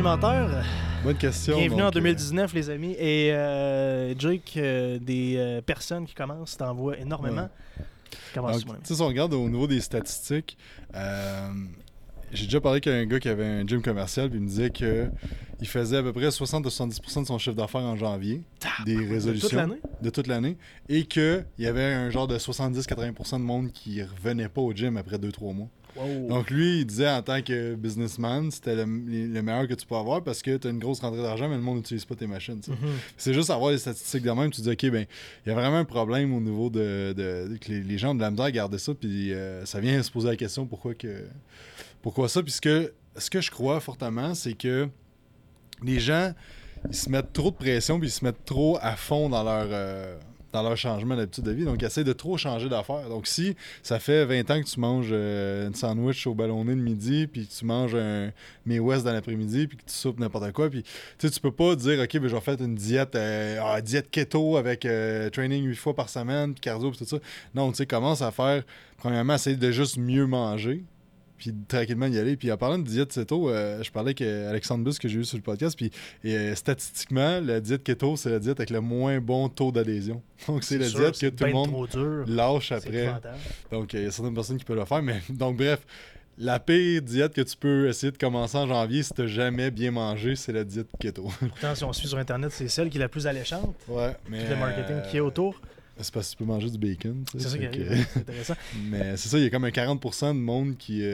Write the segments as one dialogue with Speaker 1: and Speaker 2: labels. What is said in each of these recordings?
Speaker 1: alimentaire.
Speaker 2: Bonne question.
Speaker 1: Bienvenue
Speaker 2: donc,
Speaker 1: en 2019, les amis. Et Jake, des personnes qui commencent, t'envoient énormément. Commence,
Speaker 2: donc, si on regarde au niveau des statistiques, j'ai déjà parlé avec un gars qui avait un gym commercial puis il me disait qu'il faisait à peu près 60-70% de son chiffre d'affaires en janvier, des résolutions
Speaker 1: de toute l'année,
Speaker 2: et qu'il y avait un genre de 70-80% de monde qui revenait pas au gym après 2-3 mois.
Speaker 1: Wow.
Speaker 2: Donc lui, il disait en tant que businessman, c'était le meilleur que tu peux avoir parce que tu as une grosse rentrée d'argent, mais le monde n'utilise pas tes machines. C'est juste avoir les statistiques de même, tu te dis, OK, ben il y a vraiment un problème au niveau de que les gens ont de la misère à garder ça, puis ça vient se poser la question pourquoi ça. Puis ce que je crois fortement, c'est que les gens, ils se mettent trop de pression, puis ils se mettent trop à fond dans leur changement d'habitude de vie. Donc, ils essaient de trop changer d'affaires. Donc, si ça fait 20 ans que tu manges une sandwich au ballonné le midi, puis que tu manges un May West dans l'après-midi, puis que tu soupes n'importe quoi, puis tu peux pas dire, OK, ben, je vais faire une diète keto avec training 8 fois par semaine, puis cardio, puis tout ça. Non, tu sais, commence à faire, premièrement, essayer de juste mieux manger, puis tranquillement y aller. Puis en parlant de diète keto, je parlais avec Alexandre Bus que j'ai eu sur le podcast, puis statistiquement, la diète keto, c'est la diète avec le moins bon taux d'adhésion. Donc c'est la diète que tout le monde lâche après. Donc il y a certaines personnes qui peuvent le faire, mais donc bref, la pire diète que tu peux essayer de commencer en janvier si tu n'as jamais bien mangé, c'est la diète keto.
Speaker 1: Pourtant, si on suit sur Internet, c'est celle qui est la plus alléchante.
Speaker 2: Ouais, mais
Speaker 1: le marketing qui est autour.
Speaker 2: C'est parce que tu peux manger du bacon.
Speaker 1: C'est ça qui arrive, c'est intéressant.
Speaker 2: Mais c'est ça, il y a comme un 40% de monde qui...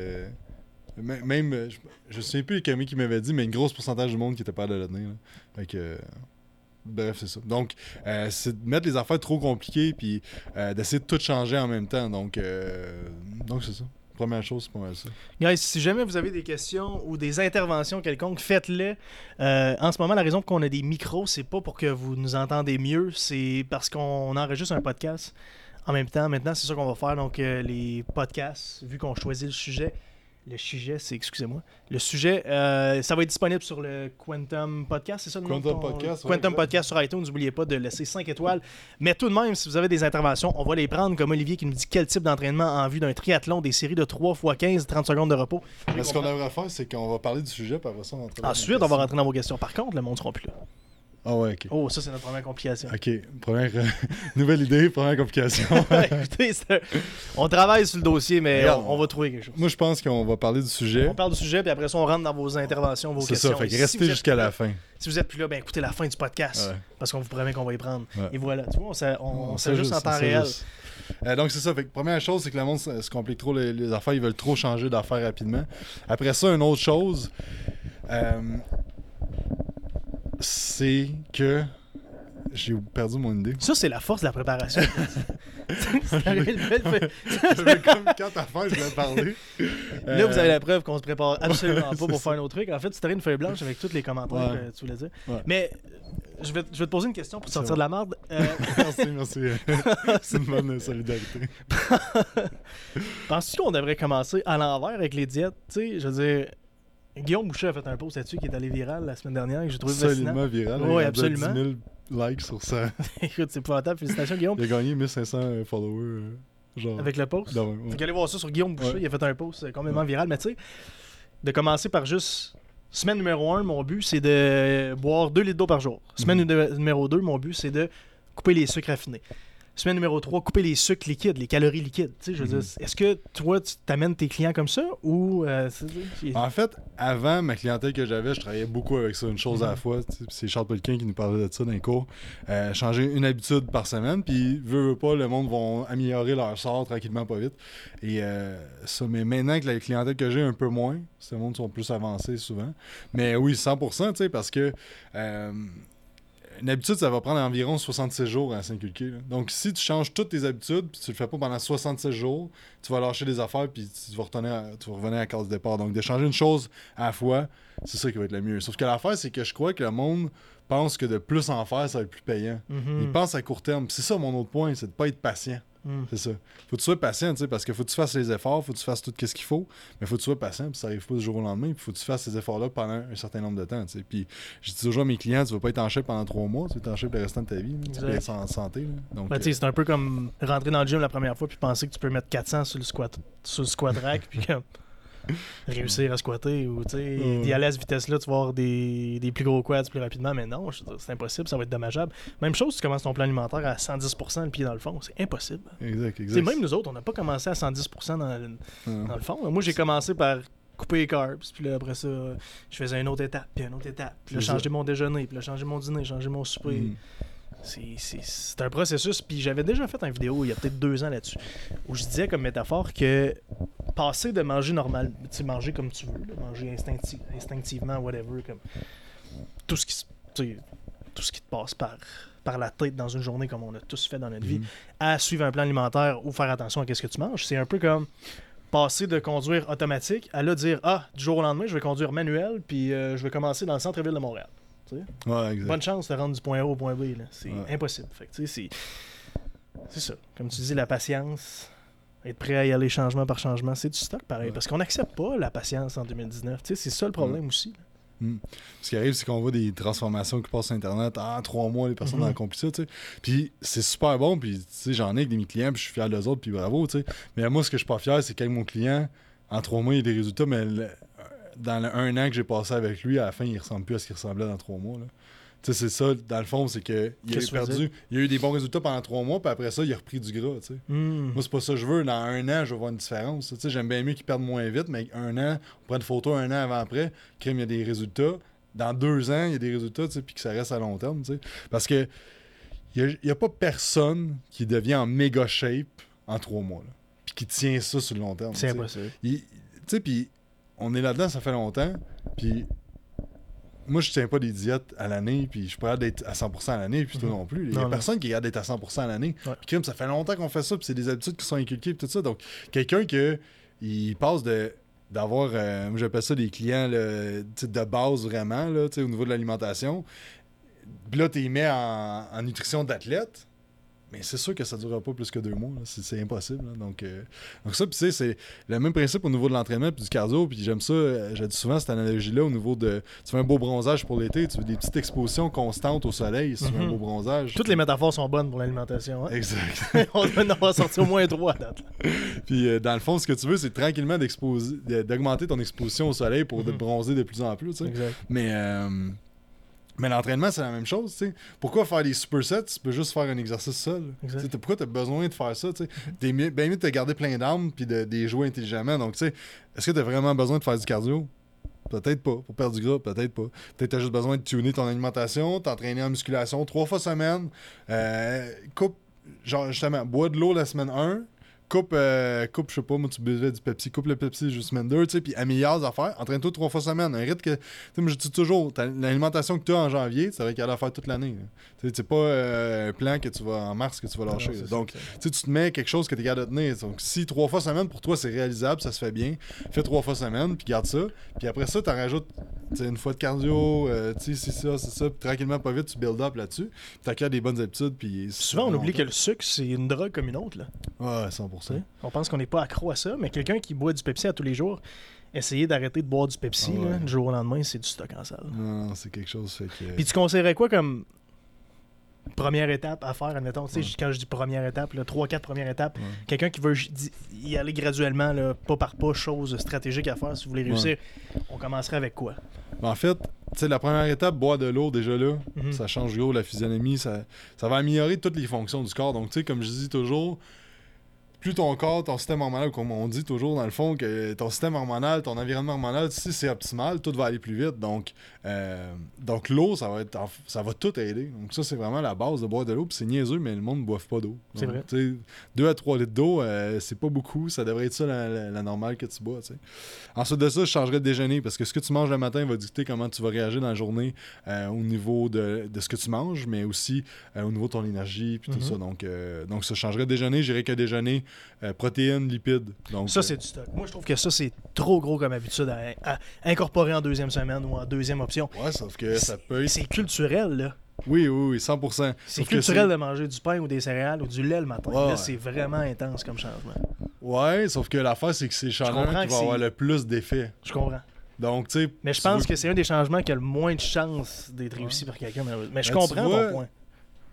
Speaker 2: Même, je ne sais plus combien qui m'avait dit, mais une grosse pourcentage du monde qui était pas de le tenir. Fait que... bref, c'est ça. Donc, c'est de mettre les affaires trop compliquées puis d'essayer de tout changer en même temps. Donc c'est ça. Première chose, c'est pas mal ça.
Speaker 1: Guys, si jamais vous avez des questions ou des interventions quelconques, faites-les. En ce moment, la raison pour qu'on a des micros, c'est pas pour que vous nous entendez mieux, c'est parce qu'on enregistre un podcast en même temps. Maintenant, c'est ça qu'on va faire. Donc, les podcasts, vu qu'on choisit le sujet, le sujet, ça va être disponible sur le Quantum Podcast, c'est ça le nom? Quantum Podcast sur iTunes. N'oubliez pas de laisser 5 étoiles. Mais tout de même, si vous avez des interventions, on va les prendre, comme Olivier qui nous dit quel type d'entraînement en vue d'un triathlon, des séries de 3 x 15, 30 secondes de repos.
Speaker 2: Mais ce qu'on devrait faire, c'est qu'on va parler du sujet, puis après ça, on va
Speaker 1: ensuite, on va rentrer dans vos questions. Par contre, le monde ne sera plus là.
Speaker 2: Ah ouais, ok.
Speaker 1: Oh, ça, c'est notre première complication.
Speaker 2: Ok, première nouvelle idée, première complication.
Speaker 1: Écoutez, on travaille sur le dossier, mais on va trouver quelque chose.
Speaker 2: Moi, je pense qu'on va parler du sujet.
Speaker 1: On parle du sujet, puis après ça, on rentre dans vos interventions, vos questions.
Speaker 2: C'est ça, fait que restez jusqu'à la fin.
Speaker 1: Si vous êtes plus là, ben écoutez la fin du podcast, parce qu'on vous promet qu'on va y prendre.
Speaker 2: Ouais.
Speaker 1: Et voilà, tu vois, on s'ajuste en temps réel.
Speaker 2: Donc c'est ça, fait que première chose, c'est que le monde se complique trop les affaires, ils veulent trop changer d'affaires rapidement. Après ça, une autre chose, c'est que... J'ai perdu mon idée.
Speaker 1: Ça, c'est la force de la préparation.
Speaker 2: J'avais comme 4 affaires, je voulais parler.
Speaker 1: Là, vous avez la preuve qu'on se prépare absolument pas pour faire un autre truc. En fait, tu t'aurais une feuille blanche avec tous les commentaires que tu voulais dire. Ouais. Mais je vais te poser une question pour sortir de la merde.
Speaker 2: Merci. C'est une bonne solidarité.
Speaker 1: Penses-tu qu'on devrait commencer à l'envers avec les diètes? Tu sais, je veux dire... Guillaume Boucher a fait un post là-dessus qui est allé viral la semaine dernière que j'ai trouvé fascinant.
Speaker 2: Absolument viral.
Speaker 1: Oui, absolument.
Speaker 2: 10 000 likes sur ça.
Speaker 1: Écoute, c'est épouvantable. Félicitations, Guillaume.
Speaker 2: Il a gagné 1500 followers. Genre...
Speaker 1: Avec le post?
Speaker 2: Ouais.
Speaker 1: Fait qu'allez voir ça sur Guillaume Boucher. Il a fait un post complètement viral. Mais tu sais, de commencer par juste... Semaine numéro 1, mon but, c'est de boire 2 litres d'eau par jour. Semaine numéro 2, mon but, c'est de couper les sucres raffinés. Semaine numéro 3, couper les sucres liquides, les calories liquides. Tu sais, je veux dire, est-ce que toi, tu t'amènes tes clients comme ça ou...
Speaker 2: En fait, avant ma clientèle que j'avais, je travaillais beaucoup avec ça, une chose à la fois. C'est Charles Pellequin qui nous parlait de ça dans les cours. Changer une habitude par semaine, puis veut pas, le monde va améliorer leur sort tranquillement, pas vite. Et ça, mais maintenant que la clientèle que j'ai, un peu moins, ces mondes sont plus avancés souvent. Mais oui, 100%, tu sais, parce que... une habitude, ça va prendre environ 66 jours à s'inculquer. Là. Donc, si tu changes toutes tes habitudes puis tu le fais pas pendant 66 jours, tu vas lâcher des affaires puis tu vas revenir à la case de départ. Donc, de changer une chose à la fois, c'est ça qui va être le mieux. Sauf que l'affaire, c'est que je crois que le monde pense que de plus en faire, ça va être plus payant. Ils pensent à court terme. Puis c'est ça mon autre point, c'est de pas être patient. C'est ça. Faut que tu sois patient, parce qu'il faut que tu fasses les efforts, faut que tu fasses tout ce qu'il faut, mais faut que tu sois patient, puis ça arrive pas du jour au lendemain, puis faut que tu fasses ces efforts-là pendant un certain nombre de temps. Puis je dis toujours à mes clients, tu vas pas être en shape pendant 3 mois, tu vas être en shape le restant de ta vie, tu vas être en santé. Là. Donc,
Speaker 1: c'est un peu comme rentrer dans le gym la première fois puis penser que tu peux mettre 400 sur le squat rack, puis comme... réussir à squatter ou d'y aller à cette vitesse-là, tu vas avoir des plus gros quads plus rapidement, mais non, c'est impossible, ça va être dommageable. Même chose, tu commences ton plan alimentaire à 110% le pied dans le fond, c'est impossible.
Speaker 2: Exact.
Speaker 1: Même nous autres, on n'a pas commencé à 110% dans le fond. Moi, j'ai commencé par couper les carbs, puis là, après ça, je faisais une autre étape, puis une autre étape, puis là, changer mon déjeuner, puis là, changer mon dîner, changer mon souper. C'est un processus, puis j'avais déjà fait une vidéo il y a peut-être 2 ans là-dessus, où je disais comme métaphore que passer de manger normal, tu sais, manger comme tu veux, là, manger instinctivement, whatever, comme tout ce qui te passe par la tête dans une journée comme on a tous fait dans notre vie, à suivre un plan alimentaire ou faire attention à ce que tu manges, c'est un peu comme passer de conduire automatique à là dire du jour au lendemain, je vais conduire manuel, puis je vais commencer dans le centre-ville de Montréal.
Speaker 2: Ouais, exact.
Speaker 1: Bonne chance de rendre du point A au point B. Là. C'est impossible. Fait que, c'est ça. Comme tu dis, la patience, être prêt à y aller changement par changement, c'est du stock pareil. Parce qu'on n'accepte pas la patience en 2019. C'est ça le problème aussi.
Speaker 2: Ce qui arrive, c'est qu'on voit des transformations qui passent sur Internet. En 3 mois, les personnes ont accompli ça. T'sais. Puis c'est super bon. Puis j'en ai avec mes clients, puis je suis fier d'eux autres, puis bravo. T'sais. Mais moi, ce que je suis pas fier, c'est qu'avec mon client, en 3 mois, il y a des résultats, mais dans le 1 an que j'ai passé avec lui, à la fin, il ressemble plus à ce qu'il ressemblait dans 3 mois. Là. Tu sais, c'est ça, dans le fond, c'est qu'il a perdu. Il a eu des bons résultats pendant 3 mois, puis après ça, il a repris du gras. Tu sais. Moi, c'est pas ça que je veux. Dans 1 an, je veux voir une différence. Tu sais, j'aime bien mieux qu'il perde moins vite, mais 1 an, on prend une photo 1 an avant-après, crème, il y a des résultats. Dans 2 ans, il y a des résultats, tu sais, puis que ça reste à long terme. Tu sais. Parce que il n'y a pas personne qui devient en méga shape en 3 mois, là, puis qui tient ça sur le long terme.
Speaker 1: C'est impossible.
Speaker 2: Tu sais, puis on est là-dedans, ça fait longtemps, puis moi, je tiens pas des diètes à l'année, puis je suis pas capable d'être à 100% à l'année, puis toi non plus. Il y a personne qui est capable d'être à 100% à l'année. Puis crime, ça fait longtemps qu'on fait ça, puis c'est des habitudes qui sont inculquées, puis tout ça. Donc, quelqu'un il passe d'avoir, moi j'appelle ça des clients là, de base vraiment, là, au niveau de l'alimentation, puis là, tu les mets en nutrition d'athlète. Mais c'est sûr que ça ne durera pas plus que 2 mois. C'est impossible. Là. Donc ça, puis c'est le même principe au niveau de l'entraînement puis du cardio. Puis j'aime ça, j'ai dit souvent cette analogie-là au niveau de... Tu fais un beau bronzage pour l'été, tu veux des petites expositions constantes au soleil si tu veux un beau bronzage.
Speaker 1: Toutes les métaphores sont bonnes pour l'alimentation. Hein?
Speaker 2: Exact.
Speaker 1: On doit en avoir sorti au moins 3 à date.
Speaker 2: Puis dans le fond, ce que tu veux, c'est tranquillement d'augmenter ton exposition au soleil pour te bronzer de plus en plus.
Speaker 1: Exact.
Speaker 2: Mais l'entraînement, c'est la même chose. T'sais. Pourquoi faire des supersets? Tu peux juste faire un exercice seul. Pourquoi tu as besoin de faire ça? T'es bien mieux de te garder plein d'armes et de jouer intelligemment. Donc, est-ce que tu as vraiment besoin de faire du cardio? Peut-être pas. Pour perdre du gras, peut-être pas. Peut-être que tu as juste besoin de tuner ton alimentation, t'entraîner en musculation 3 fois semaine. Coupe, genre justement, bois de l'eau la semaine 1. Coupe, je sais pas, moi, tu buvais du Pepsi, coupe le Pepsi juste semaine 2, tu sais, puis améliore les affaires, entraîne-toi 3 fois semaine. Un rythme que, tu sais, moi, je dis toujours, l'alimentation que tu as en janvier, ça va être qu'elle à faire toute l'année. Tu sais, c'est pas un plan que tu vas en mars que tu vas lâcher. Non, donc, tu te mets quelque chose que tu es capable de tenir. Donc, si 3 fois semaine, pour toi, c'est réalisable, ça se fait bien, fais 3 fois semaine, puis garde ça. Puis après ça, tu en rajoutes une fois de cardio, tu sais, c'est ça, puis tranquillement, pas vite, tu build up là-dessus, puis tu acquiers des bonnes habitudes. Puis
Speaker 1: souvent, on oublie que le sucre, c'est une drogue comme une autre. Là.
Speaker 2: Ouais, 100%. T'sais?
Speaker 1: On pense qu'on n'est pas accro à ça, mais quelqu'un qui boit du Pepsi à tous les jours, essayer d'arrêter de boire du Pepsi du jour au lendemain, c'est du stock en salle.
Speaker 2: Non, c'est quelque chose. Fait que...
Speaker 1: Puis tu conseillerais quoi comme première étape à faire, admettons, tu sais, quand je dis première étape, 3-4 premières étapes, quelqu'un qui veut y aller graduellement, là, pas par pas, chose stratégique à faire, si vous voulez réussir, on commencerait avec quoi?
Speaker 2: Ben, en fait, tu sais, la première étape, boire de l'eau, déjà là, ça change gros la physionomie, ça va améliorer toutes les fonctions du corps. Donc, tu sais, comme je dis toujours, plus ton corps, ton système hormonal, comme on dit toujours dans le fond, que ton système hormonal, ton environnement hormonal, si c'est optimal, tout va aller plus vite. Donc l'eau, ça va tout aider. Donc ça, c'est vraiment la base de boire de l'eau. Puis c'est niaiseux, mais le monde ne boive pas d'eau.
Speaker 1: C'est vrai.
Speaker 2: 2 à 3 litres d'eau, c'est pas beaucoup. Ça devrait être ça la normale que tu bois. T'sais. Ensuite de ça, je changerais de déjeuner parce que ce que tu manges le matin va dicter comment tu vas réagir dans la journée au niveau de ce que tu manges, mais aussi au niveau de ton énergie puis tout ça. Donc ça, je changerais de déjeuner. J'irais que déjeuner protéines, lipides. Donc,
Speaker 1: ça, c'est du stock. Moi, je trouve que ça, c'est trop gros comme habitude à incorporer en 2e semaine ou en 2e option.
Speaker 2: Ouais, sauf que ça peut être...
Speaker 1: C'est culturel, là.
Speaker 2: Oui, 100%.
Speaker 1: C'est culturel de manger du pain ou des céréales ou du lait le matin. Là, c'est vraiment intense comme changement.
Speaker 2: Ouais, sauf que l'affaire, c'est que c'est le changement qui va avoir le plus d'effet.
Speaker 1: Je comprends.
Speaker 2: Donc, tu sais...
Speaker 1: Mais je pense que c'est un des changements qui a le moins de chances d'être réussi par quelqu'un. Mais je comprends ton point.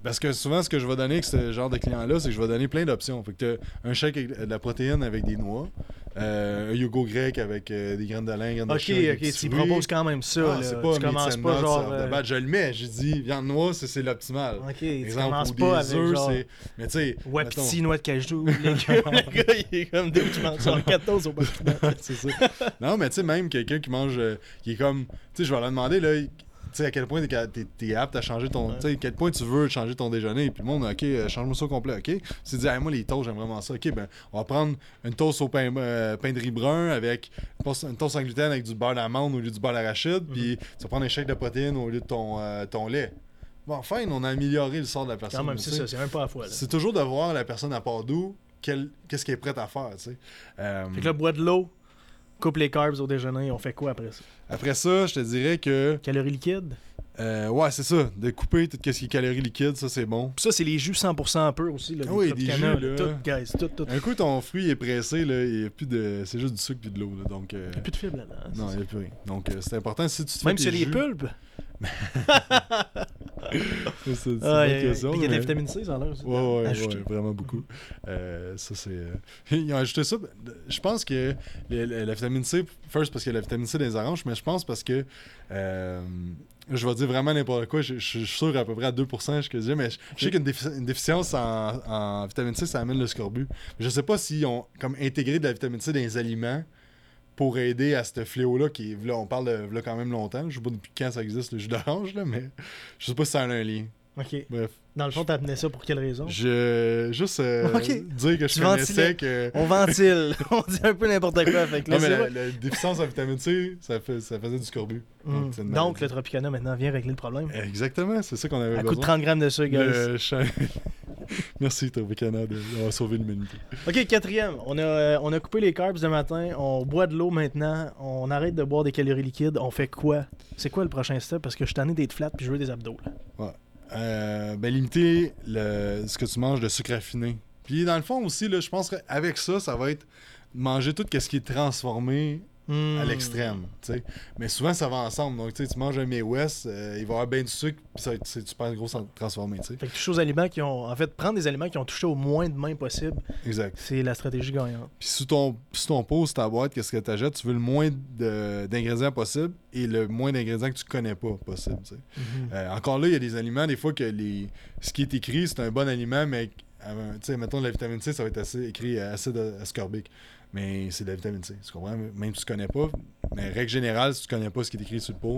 Speaker 2: Parce que souvent, ce que je vais donner avec ce genre de client-là, c'est que je vais donner plein d'options. Fait que t'as un shake avec de la protéine avec des noix, un yogourt grec avec des graines de lin, graines de chia,
Speaker 1: Ok, tu proposes quand même ça. Là.
Speaker 2: C'est pas
Speaker 1: tu commences pas genre.
Speaker 2: je le mets, j'ai dit, viande noix, c'est l'optimal.
Speaker 1: Ok,
Speaker 2: exemple,
Speaker 1: tu commences
Speaker 2: ou
Speaker 1: pas
Speaker 2: des
Speaker 1: avec
Speaker 2: œufs,
Speaker 1: genre.
Speaker 2: mais tu sais.
Speaker 1: Wapiti, noix de cajou, le gars, il est comme deux, tu manges genre 4 toasts au bâtiment.
Speaker 2: C'est ça. Non, mais tu sais, même quelqu'un qui mange, qui est comme. Tu sais, je vais leur demander, là. Tu sais, à quel point t'es apte à changer ton. Tu sais, à quel point tu veux changer ton déjeuner. Puis le monde, ok, change-moi ça au complet, ok. Tu te dis, moi, les toasts, j'aime vraiment ça. Ok, ben, on va prendre une toast au pain de riz brun avec une toast sans gluten avec du beurre d'amande au lieu du beurre d'arachide. Puis tu vas prendre un shake de protéines au lieu de ton lait. Bon, enfin, on a amélioré le sort de la personne.
Speaker 1: Quand même, c'est ça, c'est un pas à la fois. Là.
Speaker 2: C'est toujours de voir la personne à part d'où, qu'est-ce qu'elle est prête à faire, tu sais.
Speaker 1: Fait que là, bois de l'eau, coupe les carbs au déjeuner, on fait quoi après ça?
Speaker 2: Après ça, je te dirais que.
Speaker 1: Calories liquides?
Speaker 2: Ouais, c'est ça. De couper tout ce qui est calories liquides, ça c'est bon.
Speaker 1: Puis ça, c'est les jus 100% pur aussi. Là,
Speaker 2: oui, des jus, là.
Speaker 1: Tout, guys, tout.
Speaker 2: Un coup, ton fruit est pressé, là, il y a plus de. C'est juste du sucre et de l'eau, là. Donc.
Speaker 1: Il n'y a plus de fibres là-dedans.
Speaker 2: Non, il n'y a plus rien. Donc, c'est important si tu te fais.
Speaker 1: Même si les pulpes.
Speaker 2: c'est une bonne question.
Speaker 1: Il y a de la vitamine C, ça a l'air aussi.
Speaker 2: Ouais, vraiment beaucoup. Ça, c'est. Ils ont ajouté ça. Je pense que la vitamine C, first parce qu'il y a la vitamine C dans les oranges, mais je pense parce que. Je vais dire vraiment n'importe quoi. Je suis sûr à peu près à 2% ce que je dis, mais je sais qu'une déficience en vitamine C, ça amène le scorbut. Je sais pas s'ils ont comme intégré de la vitamine C dans les aliments pour aider à ce fléau-là qui là, on parle de là quand même longtemps. Je sais pas depuis quand ça existe le jus d'orange, là, mais je sais pas si ça a un lien.
Speaker 1: Ok.
Speaker 2: Bref.
Speaker 1: Dans le fond, t'amenais ça pour quelle raison?
Speaker 2: Juste dire que je connaissais que...
Speaker 1: On ventile. On dit un peu n'importe quoi. Fait que là,
Speaker 2: non, mais la déficience en vitamine C, ça faisait du scorbut.
Speaker 1: Donc, le Tropicana, maintenant, vient régler le problème.
Speaker 2: Exactement, c'est ça qu'on avait besoin.
Speaker 1: À coup de 30 grammes de sucre, guys.
Speaker 2: Merci, Tropicana, d'avoir sauvé l'humanité.
Speaker 1: OK, quatrième. On a coupé les carbs le matin. On boit de l'eau maintenant. On arrête de boire des calories liquides. On fait quoi? C'est quoi le prochain step? Parce que je suis tanné d'être flat puis je veux des abdos. Là.
Speaker 2: Ouais. Limiter ce que tu manges de sucre raffiné. Puis dans le fond aussi, là, je pense qu'avec ça, ça va être manger tout ce qui est transformé à l'extrême. T'sais. Mais souvent, ça va ensemble. Donc, tu manges un May West, il va y avoir bien du sucre, puis ça va être super gros transformé. T'sais.
Speaker 1: Fait que toucher aux aliments qui ont. En fait, prendre des aliments qui ont touché au moins de main possible.
Speaker 2: Exact.
Speaker 1: C'est la stratégie gagnante.
Speaker 2: Puis sous ton pot, sur ta boîte, qu'est-ce que tu achètes, tu veux le moins d'ingrédients possible et le moins d'ingrédients que tu connais pas possible. Encore là, il y a des aliments, des fois, que ce qui est écrit, c'est un bon aliment, mais mettons de la vitamine C, ça va être écrit acide ascorbique. Mais c'est de la vitamine C, tu comprends? Même si tu connais pas. Mais règle générale, si tu connais pas ce qui est écrit sur le pot,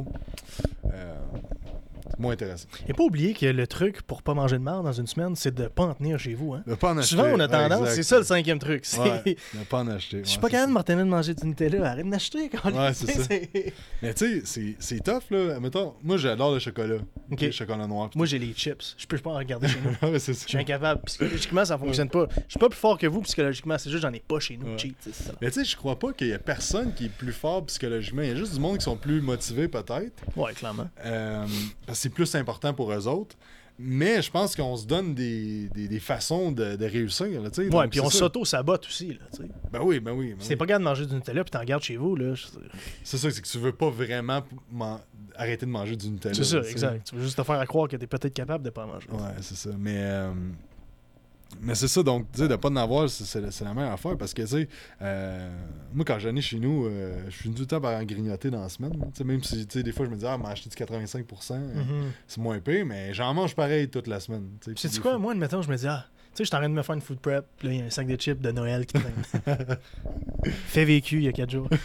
Speaker 2: c'est moins intéressant.
Speaker 1: Et pas oublier que le truc pour pas manger de marde dans une semaine, c'est de pas en tenir chez vous. Hein?
Speaker 2: De pas en acheter.
Speaker 1: Souvent, on a tendance, c'est ça le cinquième truc.
Speaker 2: De pas en acheter.
Speaker 1: Je suis pas capable de m'entraîner de manger du Nutella. Arrête d'acheter quand
Speaker 2: ouais, c'est ça. Mais tu sais, c'est tough, là. Mettons, moi, j'adore le chocolat. Le chocolat noir.
Speaker 1: Moi, j'ai les chips. Je peux pas en regarder chez nous.
Speaker 2: Ouais, c'est ça.
Speaker 1: Je suis incapable. Psychologiquement, ça fonctionne pas. Je suis pas plus fort que vous psychologiquement. C'est juste j'en ai pas chez nous. Cheat, c'est ça.
Speaker 2: Mais tu sais, je crois pas qu'il y a personne qui est plus fort psychologiquement. Il y a juste du monde qui sont plus motivés, peut-être.
Speaker 1: Ouais, clairement.
Speaker 2: Parce que c'est plus important pour eux autres. Mais je pense qu'on se donne des façons de réussir. Là,
Speaker 1: ouais, puis on s'auto-sabote aussi. Là,
Speaker 2: ben oui.
Speaker 1: Si t'es pas capable de manger du Nutella puis t'en gardes chez vous, là.
Speaker 2: C'est ça, c'est que tu veux pas vraiment arrêter de manger du Nutella.
Speaker 1: C'est ça, exact. Tu veux juste te faire croire que t'es peut-être capable de pas en manger.
Speaker 2: Ouais, c'est ça. Mais c'est ça, donc, tu sais, de pas en avoir, c'est la meilleure affaire parce que, tu sais, moi, quand j'en ai chez nous, je suis tout le temps par en grignoter dans la semaine. Même si, tu sais, des fois, je me dis, m'a acheté du 85%, c'est moins pire, mais j'en mange pareil toute la semaine.
Speaker 1: Sais-tu quoi, moi, admettons, je me dis, tu sais, je suis en train de me faire une food prep, puis là, il y a un sac de chips de Noël qui traîne. Fait vécu il y a 4 jours.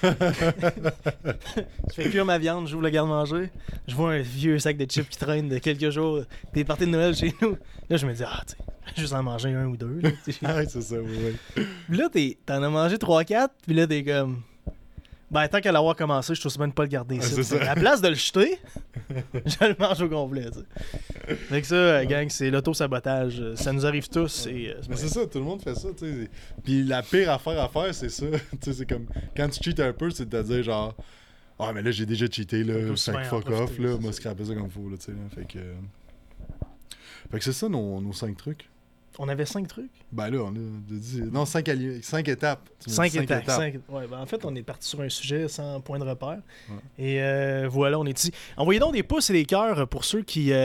Speaker 1: Je fais cuire ma viande, j'ouvre le garde-manger, je vois un vieux sac de chips qui traîne de quelques jours, des parties de Noël chez nous. Là, je me dis, tu sais, juste en manger un ou deux. Là,
Speaker 2: ouais, c'est ça, oui.
Speaker 1: Puis là, t'en as mangé 3-4, puis là, t'es comme... Ben, tant qu'à l'avoir commencé, je trouve bien de pas le garder ici. À la place de le jeter, je le mange au complet. T'sais. Fait que ça, gang, c'est l'auto-sabotage. Ça nous arrive tous.
Speaker 2: Mais c'est ça, tout le monde fait ça. T'sais. Puis la pire affaire à faire, c'est ça. C'est comme quand tu cheats un peu, c'est de te dire genre, mais là, j'ai déjà cheaté, là, fuck off, là, moi, scraper ça comme il faut. Là, fait que c'est ça nos 5 trucs.
Speaker 1: On avait 5 trucs?
Speaker 2: Ben là, on a dit... Non, 5 étapes.
Speaker 1: 5 étapes. Ouais, ben en fait, on est parti sur un sujet sans point de repère. Ouais. Et voilà, on est ici. Envoyez donc des pouces et des cœurs pour ceux qui...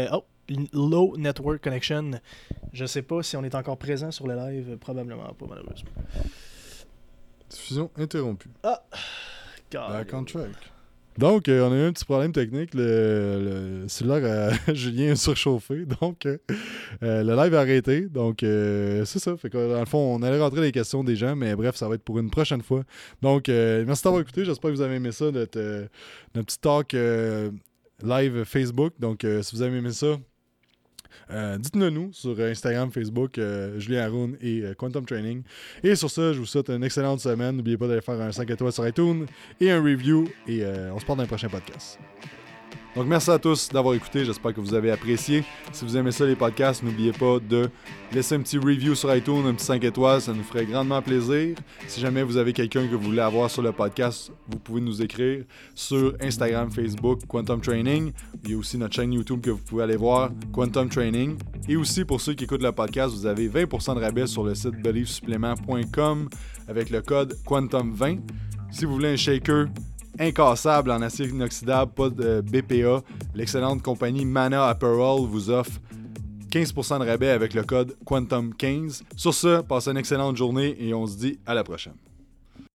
Speaker 1: low network connection. Je sais pas si on est encore présent sur le live. Probablement pas, malheureusement.
Speaker 2: Diffusion interrompue. Back on track. Donc, on a eu un petit problème technique. Le cellulaire à Julien est surchauffé. Donc, le live a arrêté. Donc, c'est ça. Fait que, dans le fond, on allait rentrer les questions des gens. Mais bref, ça va être pour une prochaine fois. Donc, merci d'avoir écouté. J'espère que vous avez aimé ça, notre petit talk live Facebook. Donc, si vous avez aimé ça, dites-le nous sur Instagram, Facebook, Julien Haroun et Quantum Training. Et sur ça, je vous souhaite une excellente semaine. N'oubliez pas d'aller faire un 5 étoiles sur iTunes et un review. Et on se parle dans un prochain podcast. Donc, merci à tous d'avoir écouté. J'espère que vous avez apprécié. Si vous aimez ça, les podcasts, n'oubliez pas de laisser un petit review sur iTunes, un petit 5 étoiles. Ça nous ferait grandement plaisir. Si jamais vous avez quelqu'un que vous voulez avoir sur le podcast, vous pouvez nous écrire sur Instagram, Facebook, Quantum Training. Il y a aussi notre chaîne YouTube que vous pouvez aller voir, Quantum Training. Et aussi, pour ceux qui écoutent le podcast, vous avez 20% de rabais sur le site beliefsupplement.com avec le code Quantum20. Si vous voulez un shaker incassable en acier inoxydable, pas de BPA, l'excellente compagnie Mana Apparel vous offre 15% de rabais avec le code Quantum15. Sur ce, passez une excellente journée et on se dit à la prochaine.